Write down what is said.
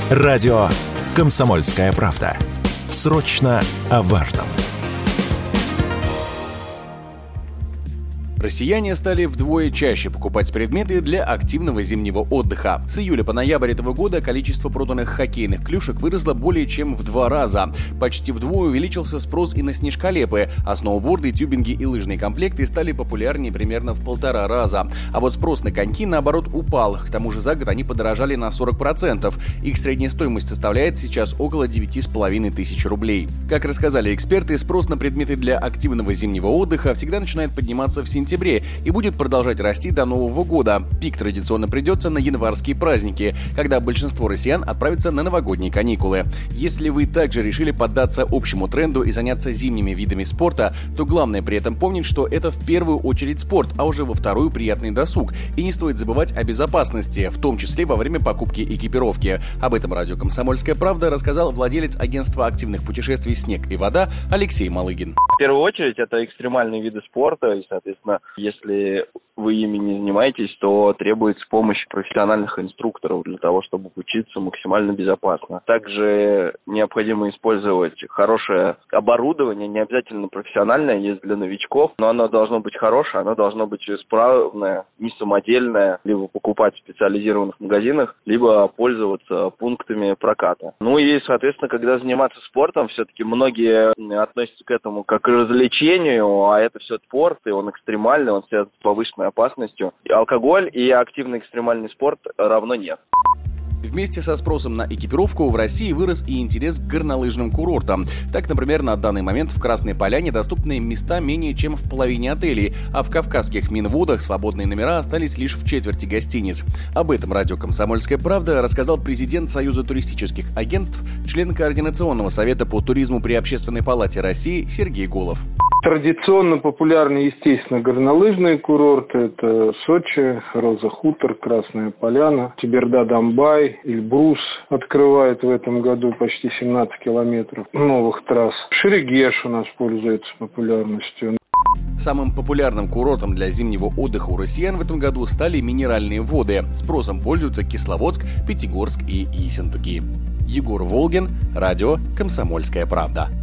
Радио «Комсомольская правда». Срочно о важном. Россияне стали вдвое чаще покупать предметы для активного зимнего отдыха. С июля по ноябрь этого года количество проданных хоккейных клюшек выросло более чем в 2 раза. Почти вдвое увеличился спрос и на снежколепы, а сноуборды, тюбинги и лыжные комплекты стали популярнее примерно в 1,5 раза. А вот спрос на коньки, наоборот, упал. К тому же за год они подорожали на 40%. Их средняя стоимость составляет сейчас около 9,5 тысяч рублей. Как рассказали эксперты, спрос на предметы для активного зимнего отдыха всегда начинает подниматься в сентябре и будет продолжать расти до Нового года. Пик традиционно придется на январские праздники, когда большинство россиян отправятся на новогодние каникулы. Если вы также решили поддаться общему тренду и заняться зимними видами спорта, то главное при этом помнить, что это в первую очередь спорт, а уже во вторую приятный досуг. И не стоит забывать о безопасности, в том числе во время покупки экипировки. Об этом радио «Комсомольская правда» рассказал владелец агентства активных путешествий «Снег и вода» Алексей Малыгин. В первую очередь это экстремальные виды спорта, и, соответственно, если вы ими не занимаетесь, то требуется помощь профессиональных инструкторов для того, чтобы учиться максимально безопасно. Также необходимо использовать хорошее оборудование, не обязательно профессиональное, есть для новичков, но оно должно быть хорошее, оно должно быть исправное, не самодельное, либо покупать в специализированных магазинах, либо пользоваться пунктами проката. Ну и, соответственно, когда заниматься спортом, все-таки многие относятся к этому как к развлечению, а это все спорт, и он экстремальный, он связан с повышенной опасностью. И алкоголь и активный экстремальный спорт равно нет. Вместе со спросом на экипировку в России вырос и интерес к горнолыжным курортам. Так, например, на данный момент в Красной Поляне доступны места менее чем в половине отелей, а в Кавказских Минводах свободные номера остались лишь в четверти гостиниц. Об этом радио «Комсомольская правда» рассказал президент Союза туристических агентств, член Координационного совета по туризму при Общественной палате России Сергей Голов. Традиционно популярны, естественно, горнолыжные курорты. Это Сочи, Роза-Хутор, Красная Поляна, Теберда-Домбай, Эльбрус открывает в этом году почти 17 километров новых трасс. Шерегеш у нас пользуется популярностью. Самым популярным курортом для зимнего отдыха у россиян в этом году стали минеральные воды. Спросом пользуются Кисловодск, Пятигорск и Ессентуки. Егор Волгин, радио «Комсомольская правда».